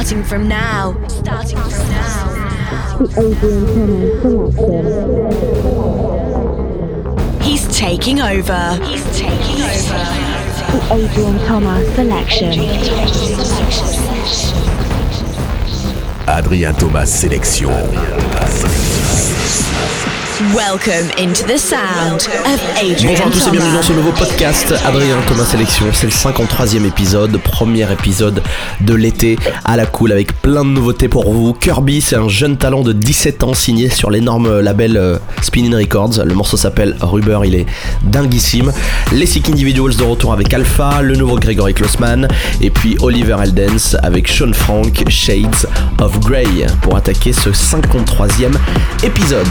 Starting from now. The Adrian Thomas selection. He's taking over. The Adrian Thomas selection. Adrien Thomas sélection. Welcome into the sound of Adrian Bonjour à tous et bienvenue dans ce nouveau podcast Adrien Thomas Sélection. C'est le 53e épisode, premier épisode de l'été à la cool avec plein de nouveautés pour vous. Kirby, c'est un jeune talent de 17 ans signé sur l'énorme label Spinnin' Records. Le morceau s'appelle Rubber, il est dinguissime. Les Sick Individuals de retour avec Alpha, le nouveau Gregory Klossman et puis Oliver Heldens avec Sean Frank, Shades of Grey pour attaquer ce 53e épisode.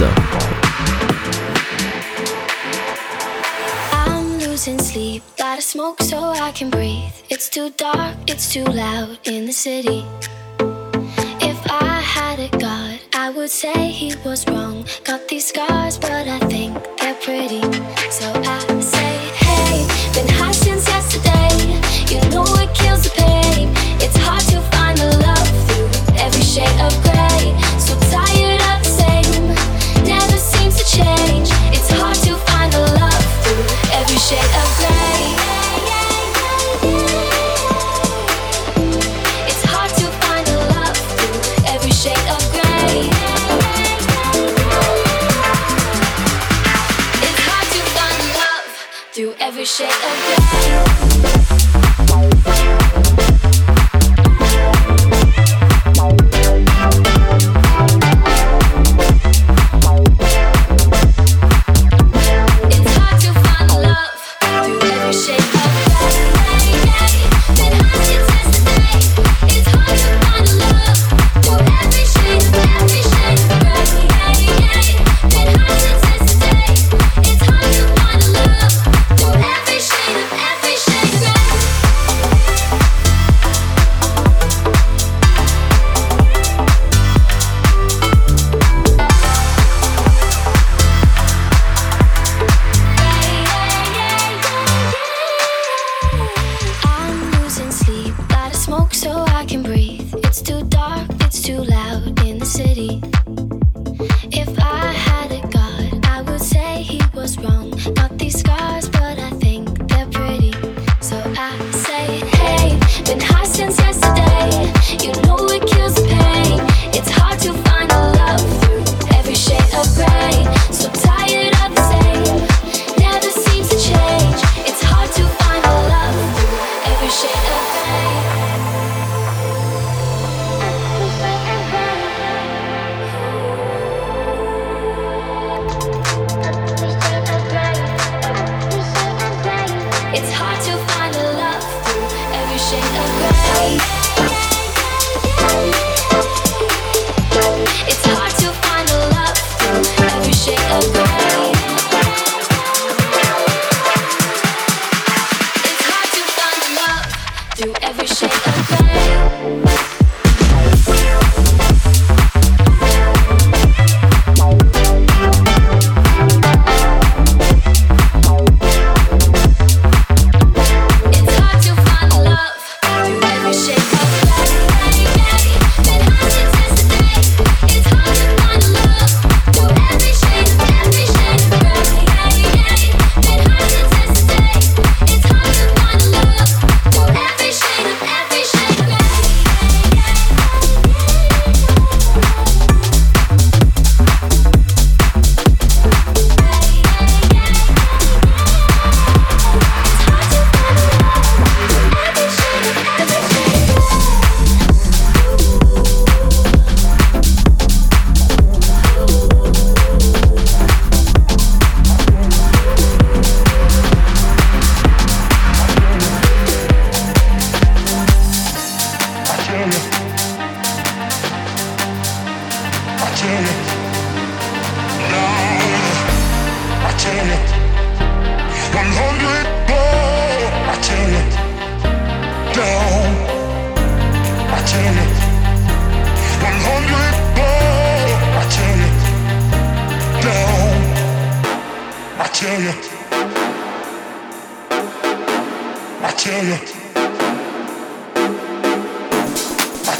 Sleep, gotta smoke so I can breathe. It's too dark, it's too loud in the city. If I had a god, I would say he was wrong. Got these scars, but I think they're pretty. So I say, hey, been high since yesterday. You know it kills the pain. It's hard to find the love through every shade of gray. So tired of the same, never seems to change. It's hard to find the love through every shade of gray. It's hard to find the love through every shade of gray. It's hard to find the love through every shade of gray.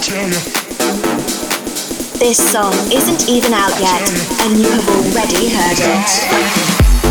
This song isn't even out yet, and you have already heard it.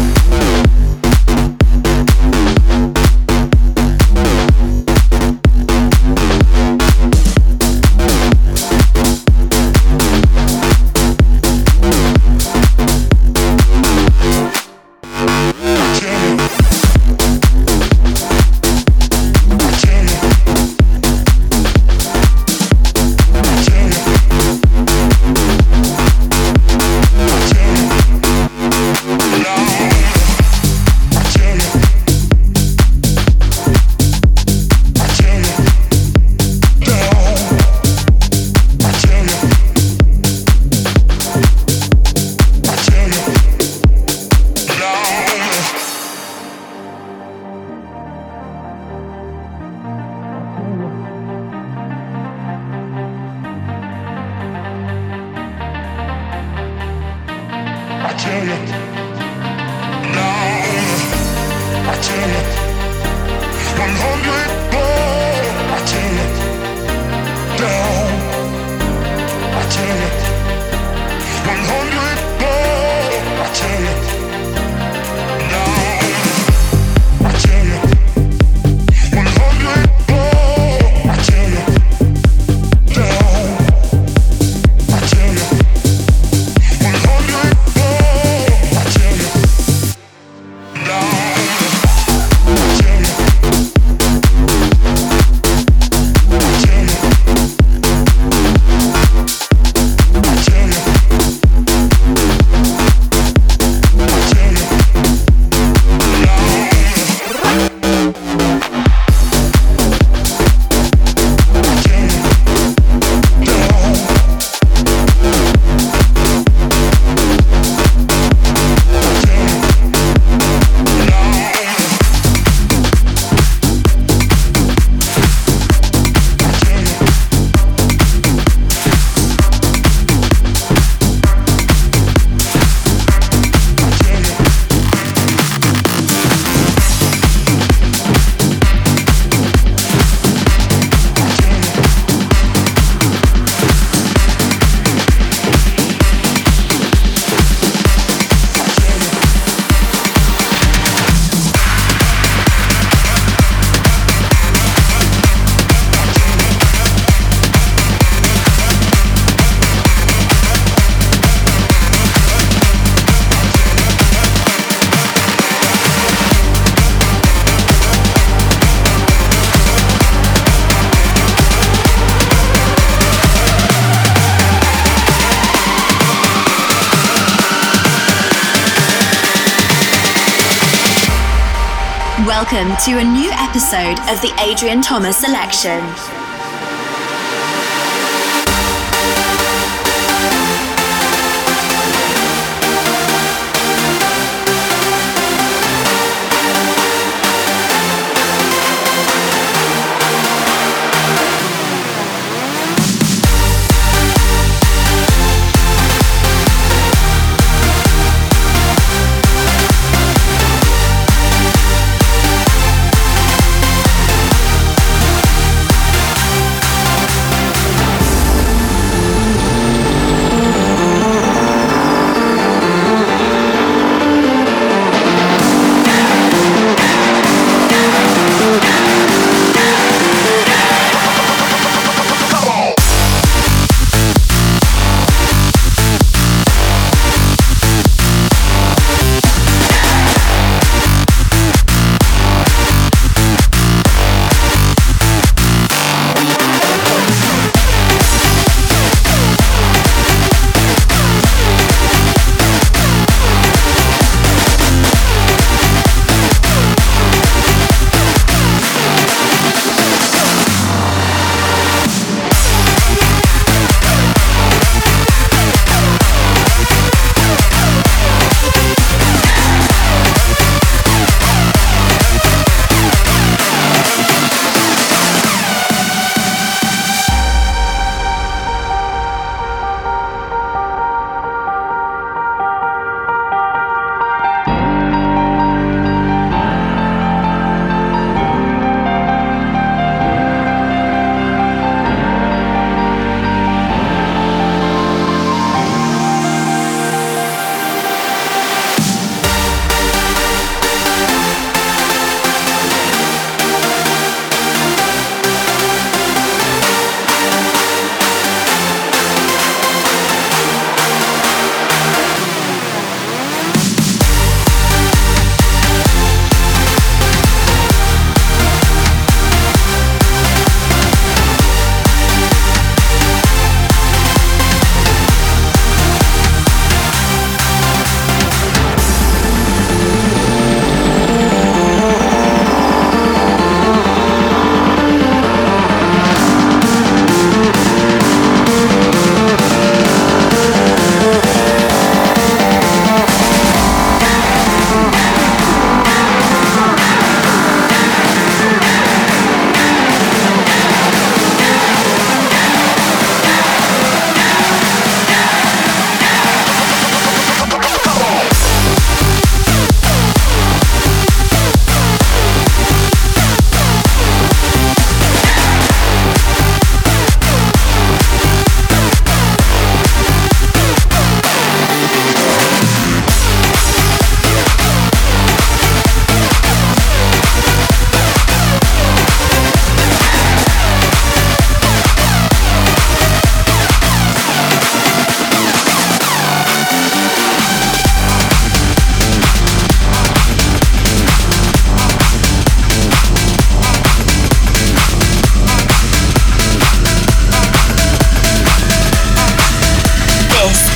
Welcome to a new episode of the Adrian Thomas Selection.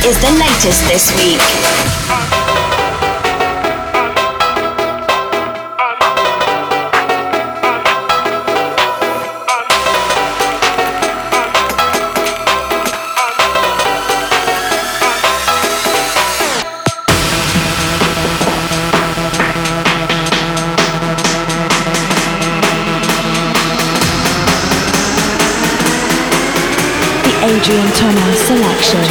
is the latest this week. Adrian Thomas Selection.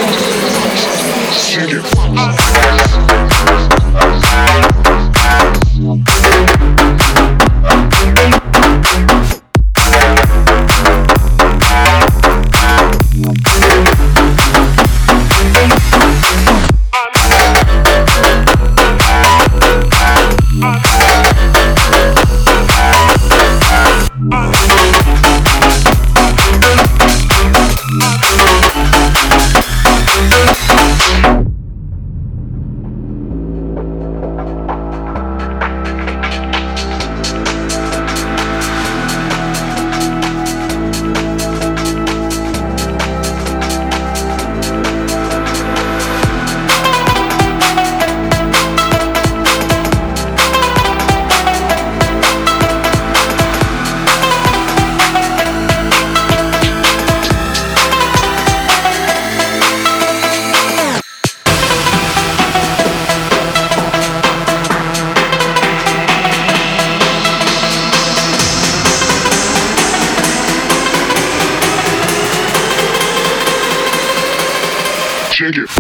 Check it.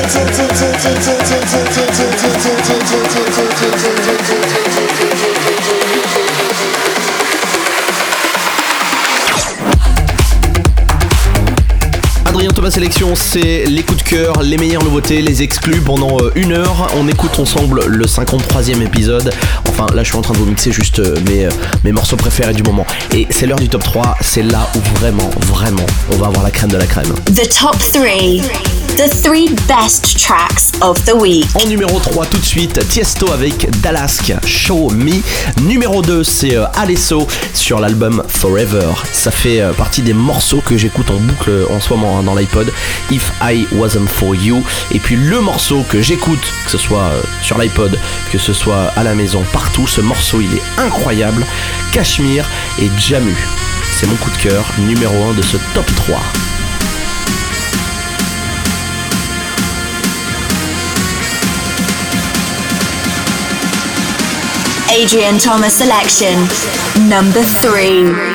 Adrien Thomas Sélection, c'est les coups de cœur, les meilleures nouveautés, les exclus pendant 1 heure. On écoute ensemble le 53e épisode. Enfin, là, je suis en train de vous mixer juste mes morceaux préférés du moment. Et c'est l'heure du top 3. C'est là où vraiment, on va avoir la crème de la crème. The top 3. The 3 best tracks of the week. En numéro 3, tout de suite, Tiesto avec Dalask, Show Me. Numéro 2, c'est Alesso sur l'album Forever. Ça fait partie des morceaux que j'écoute en boucle en ce moment dans l'iPod. If I Wasn't For You. Et puis le morceau que j'écoute, que ce soit sur l'iPod, que ce soit à la maison, partout, ce morceau il est incroyable. Cachemire et Jammu. C'est mon coup de cœur, numéro 1 de ce top 3. Adrian Thomas Selection. Number 3.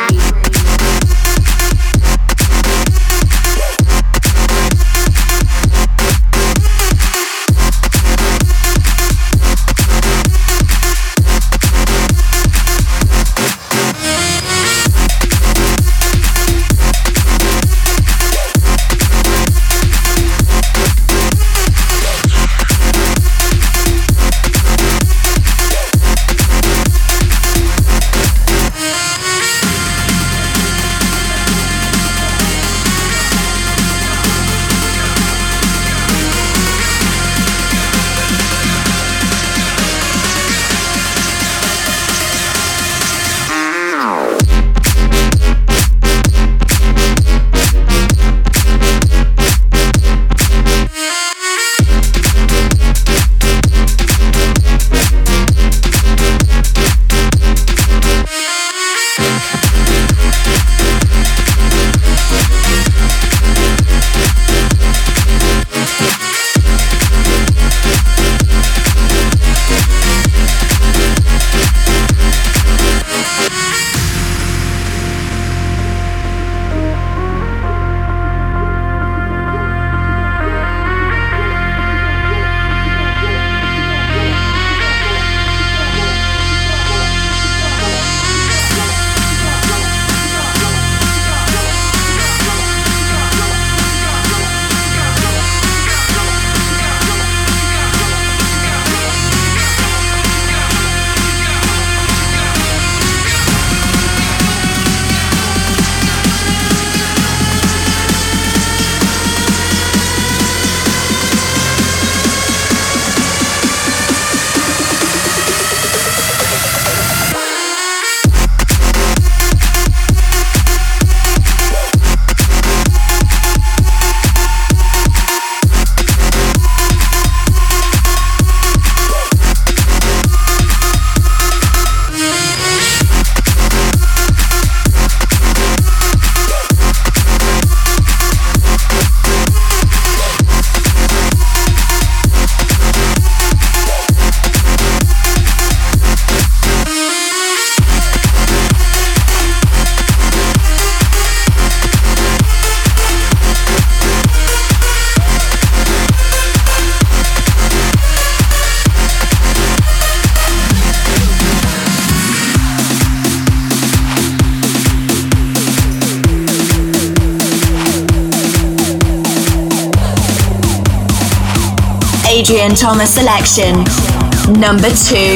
Adrian Thomas Selection. Number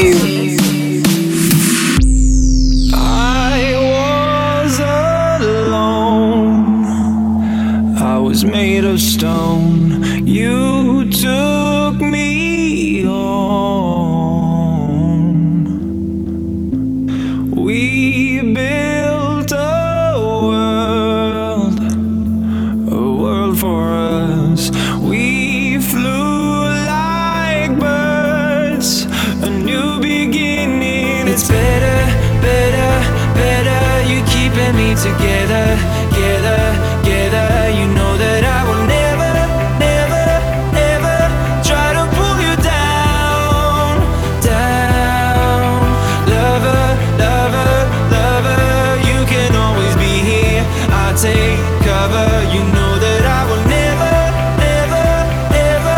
2. Was made of stone. You took me on. We built a world for us. We flew like birds, a new beginning. It's better, better, better. You keeping me together, together, together. You know that I will never, never, never try to pull you down, down. Lover, lover, lover, you can always be here. I'll take cover. You know that I will never, never, never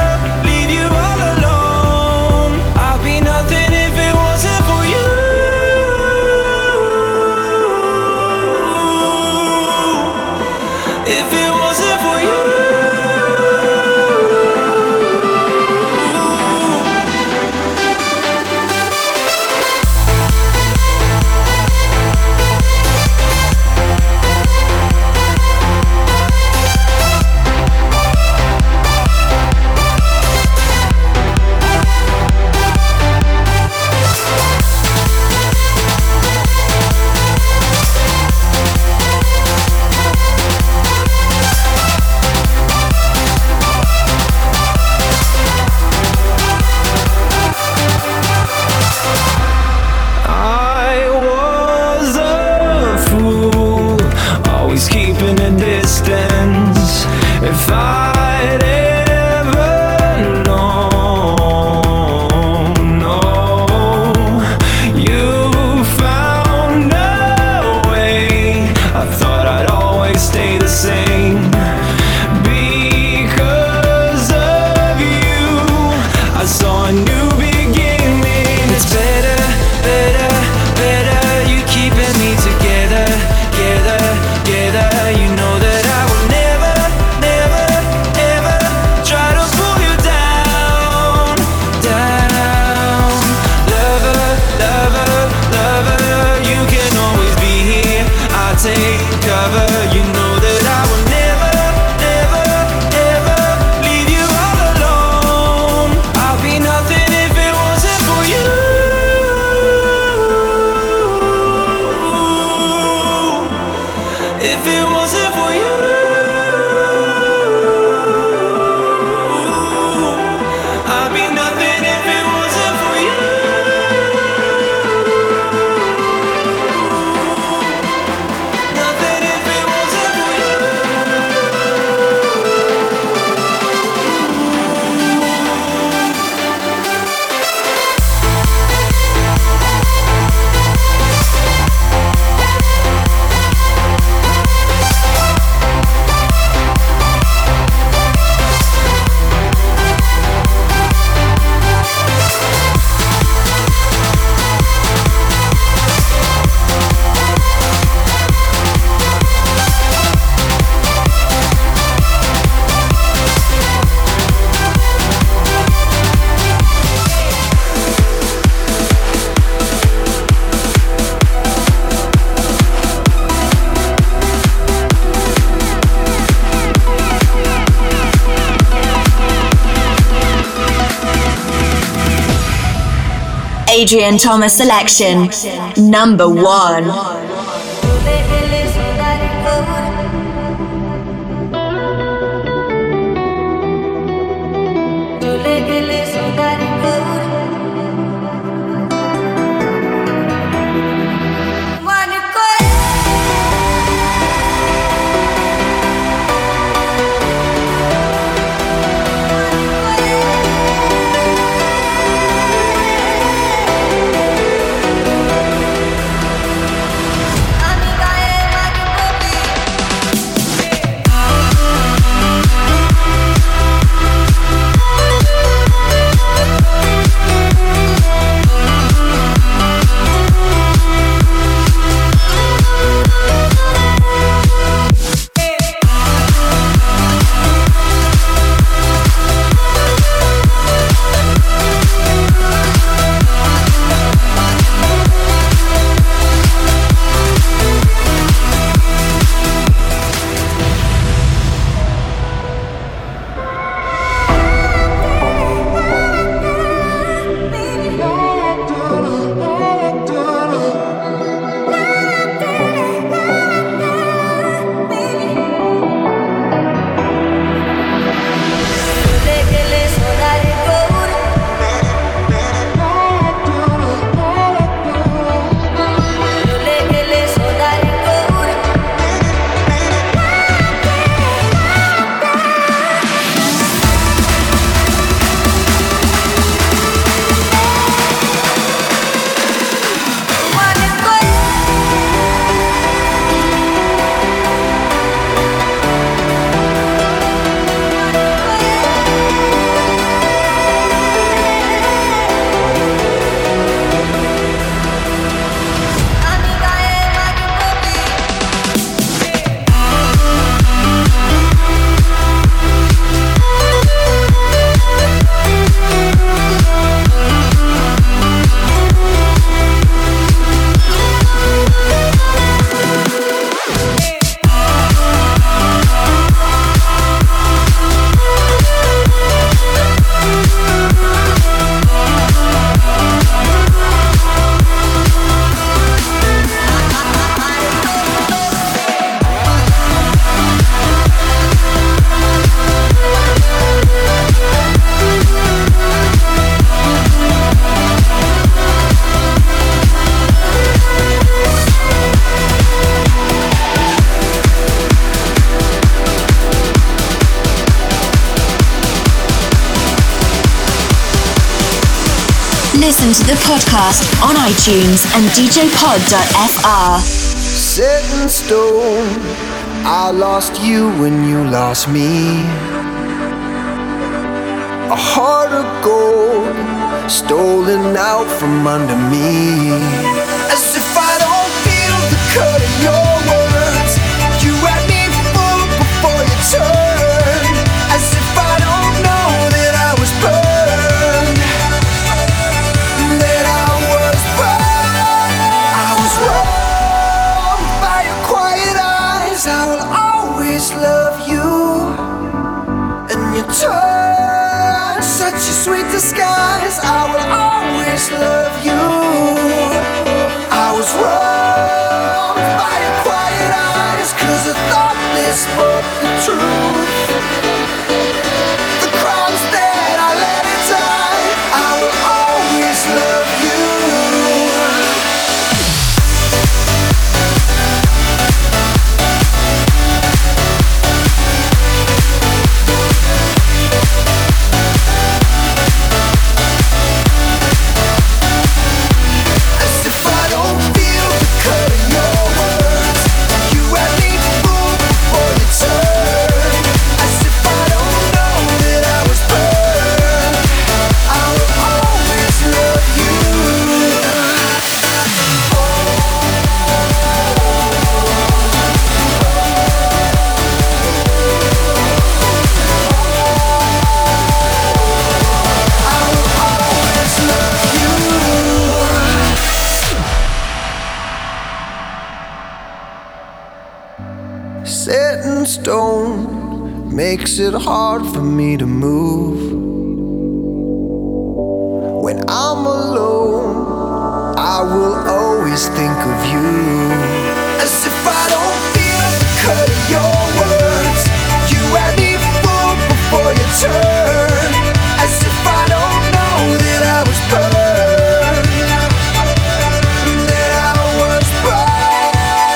Adrian Thomas selection. Number 1. Listen to the podcast on iTunes and djpod.fr. Set in stone, I lost you when you lost me. A heart of gold, stolen out from under me. As if I don't feel the cut in your words. You had me fooled before you turned. As if I don't know that I was burned. That I was burned. I was wrong by your quiet eyes. I will always love you. And your touch, such a sweet disguise. I will always love you. I was wrong by your quiet eyes, 'cause I thought they spoke the truth. The crimes that I let it die, I will always love you. Set in stone makes it hard for me to move. When I'm alone, will always think of you. As if I don't feel the cut of your words. You had me fooled before you turned. As if I don't know that I was burned. That I was burned.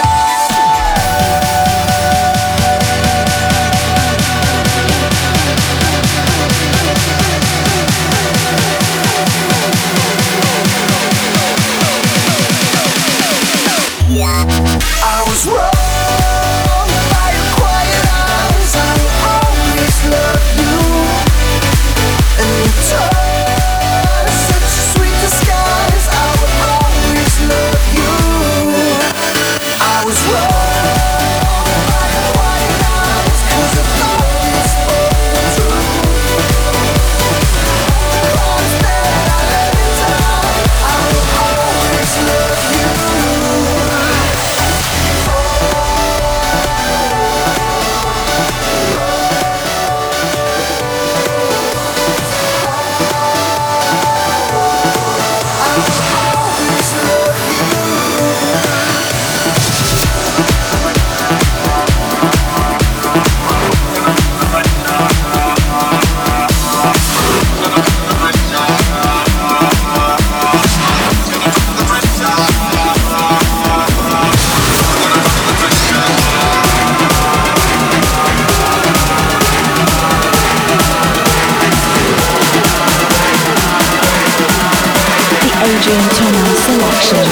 I was wrong by your quiet eyes. I will always love you. And your touch, such a sweet disguise. I will always love you. I was wrong by your quiet eyes, 'cause I thought this was true. The promise that I let it die. I will always love you. Adrian Thomas Selection.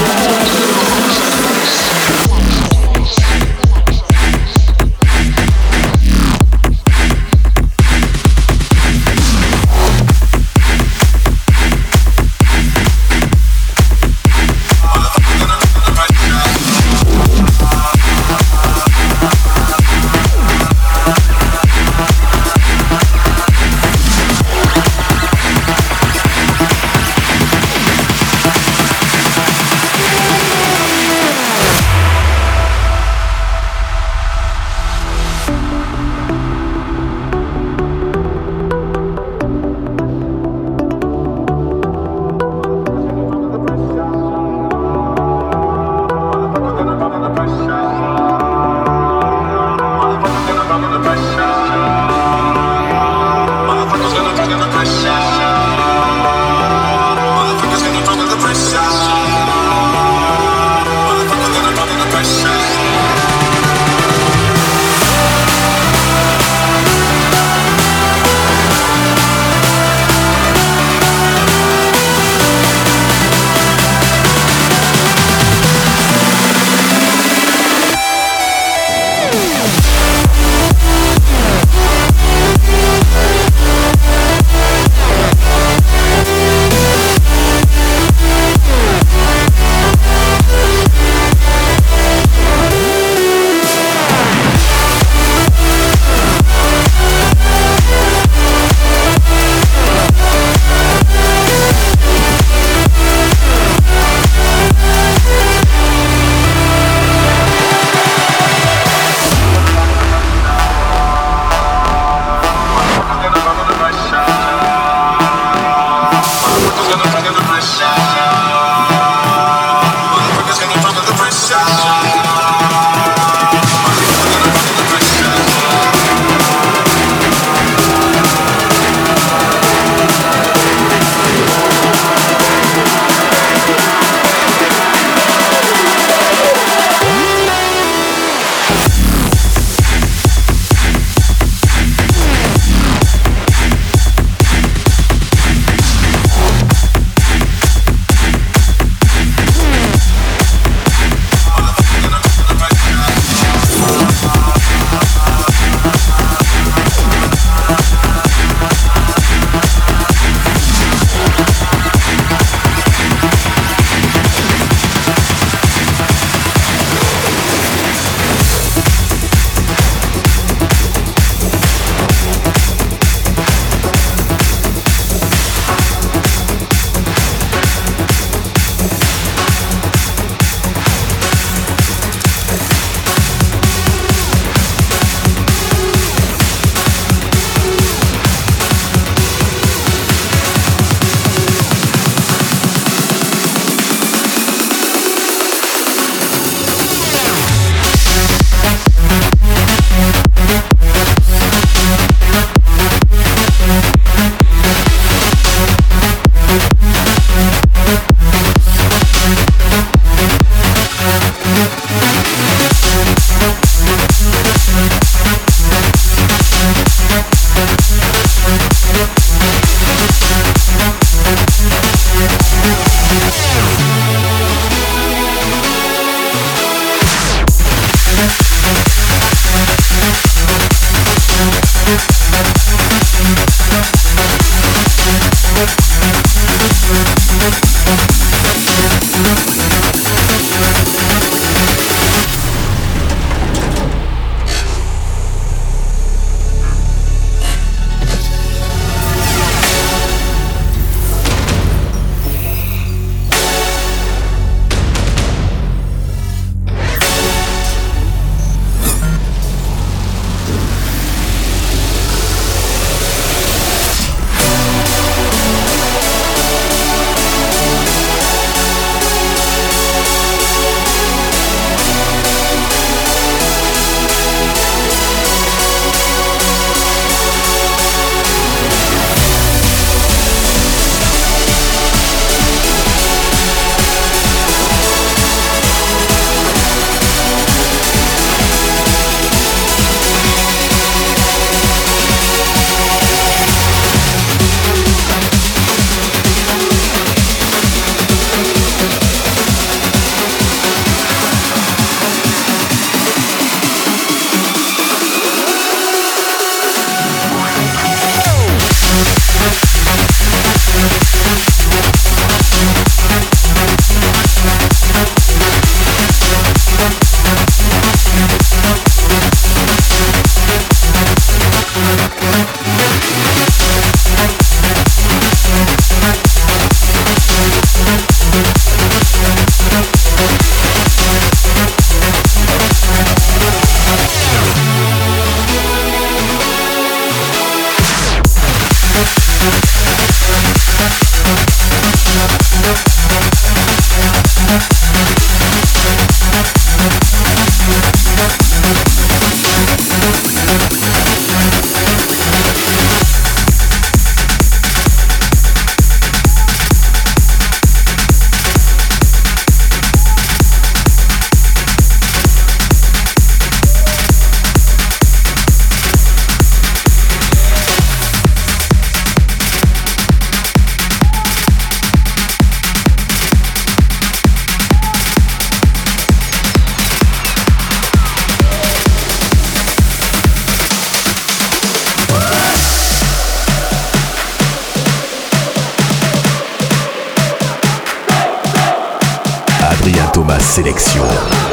Thomas Sélection.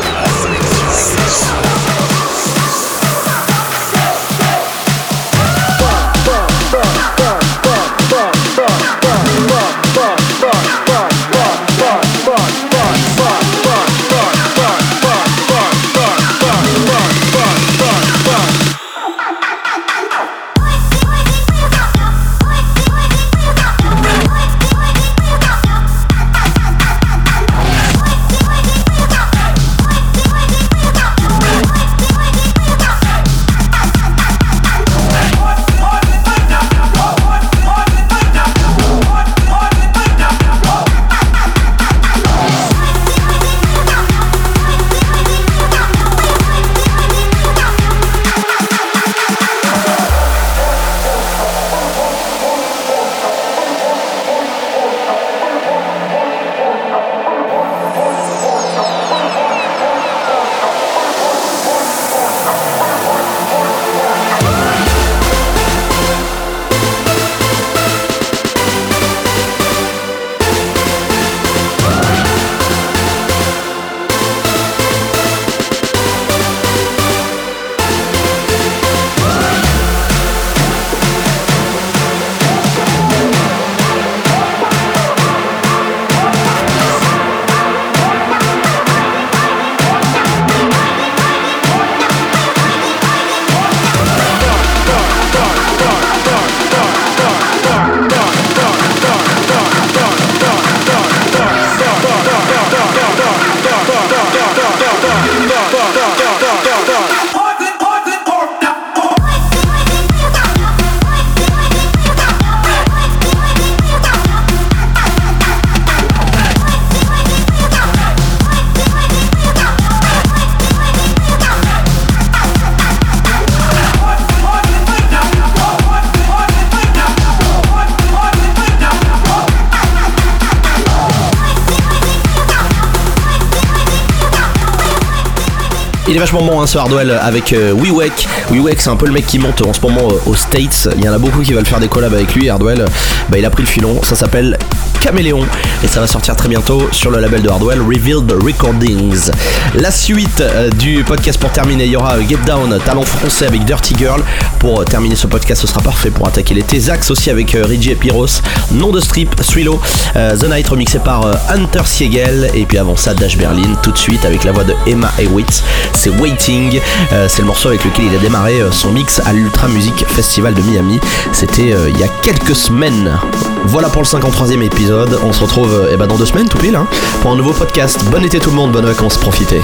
Il est vachement bon, hein, ce Hardwell avec WeWake. WeWake, c'est un peu le mec qui monte en ce moment aux States. Il y en a beaucoup qui veulent faire des collabs avec lui. Hardwell, il a pris le filon. Ça s'appelle Caméléon et ça va sortir très bientôt sur le label de Hardwell, Revealed Recordings. La suite du podcast pour terminer, il y aura Get Down, talent français avec Dirty Girl. Pour terminer ce podcast, ce sera parfait pour attaquer l'été. Zax aussi avec Reggie et Pyros. Nom de strip, Thrilo. The Night remixé par Hunter Siegel. Et puis avant ça, Dash Berlin, tout de suite avec la voix de Emma Hewitt. C'est Waiting. C'est le morceau avec lequel il a démarré son mix à l'Ultra Music Festival de Miami. C'était il y a quelques semaines. Voilà pour le 53e épisode. On se retrouve dans 2 semaines tout pile pour un nouveau podcast. Bon été tout le monde, bonnes vacances, profitez.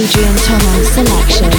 Adrian Thomas selection.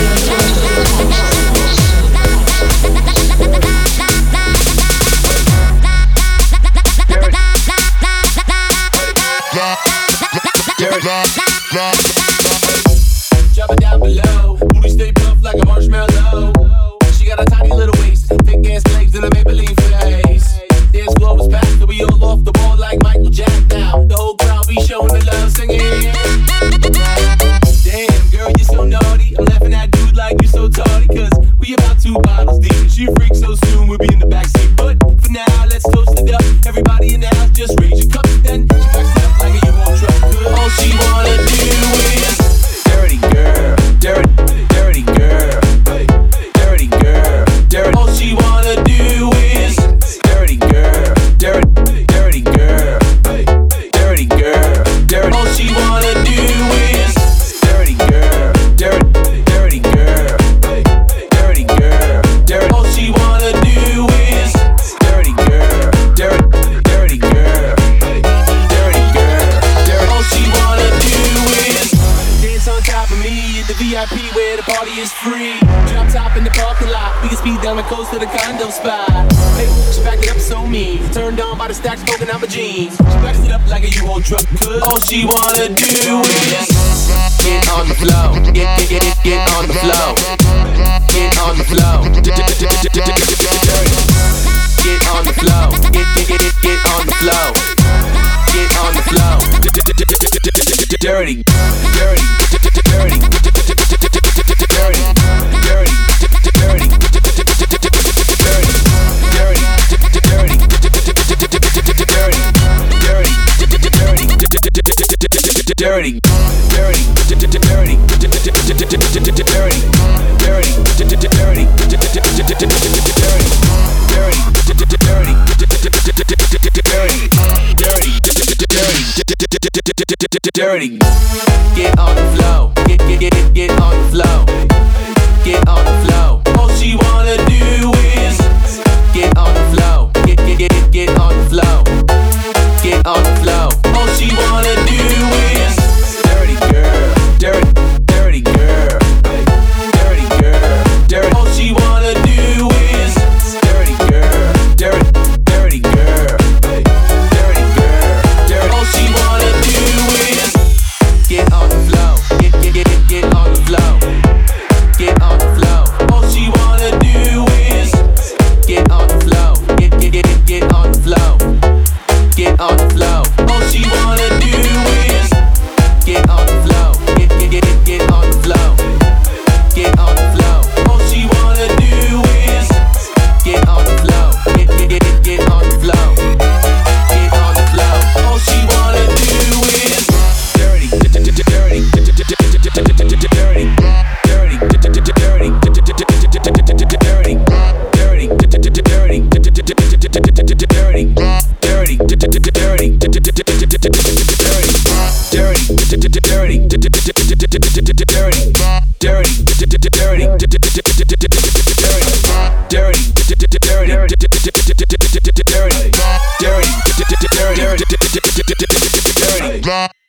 Drop it down below. Booty stay puffed like a marshmallow. She got a tiny little waist, thick ass legs and a Maybelline face. Dance floor was packed, so we all off the ball like Michael Jack now. The whole crowd be showing the love, singing. Damn, girl, you're so naughty. I'm laughing at dude like you so tardy. Cause we about 2 bottles deep. And she freaks so soon we'll be in the backseat. But for now, let's toast it up. Everybody in the house, just raise your cups. Then she backs it up like a U-Haul truck. All she wanna do is dirty girl, dirty girl, dirty girl, dirty. All she wanna do is dirty girl, dirty girl, dirty girl, dirty. All she wanna do is dirty girl, dirty girl, dirty girl, dirty. All she wanna do is dirty girl, dirty girl, dirty girl, dirty. All she wanna do is dance on top of me at the VIP where the party is free. Drop top in the parking lot, we can speed down the coast to the condo spot. Hey, she back it up so mean, turned on by the stacks poking out my jeans. She backs it up like a U-Haul truck. All she wanna do is get on the flow, get on the flow, get on the flow, get on the flow, get on the flow, get on the flow, dirty, dirty, dirty, dirty, dirty, dirty, dirty, dirty, dirty. Get on the flow, get on the flow, get on the flow. All she wanna do is get on the flow, get on the flow, get on the flow. All she wanna do is dirty girl, dirty girl, dirty girl, dirty. All she wanna do is dirty girl, dirty girl, dirty girl, dirty. All she wanna do is get on the flow, get on the flow, get on the flow. All she wanna do is get on the flow, get on the flow, get on the flow. All she wanna do is get on the flow, get on the flow, get on the flow. All she wanna do is get on the flow, get on the flow, get on the flow. All she wanna do is dirty, dirty, dirty, dirty, dirty, dirty, dirty, dirty, dirty, dirty.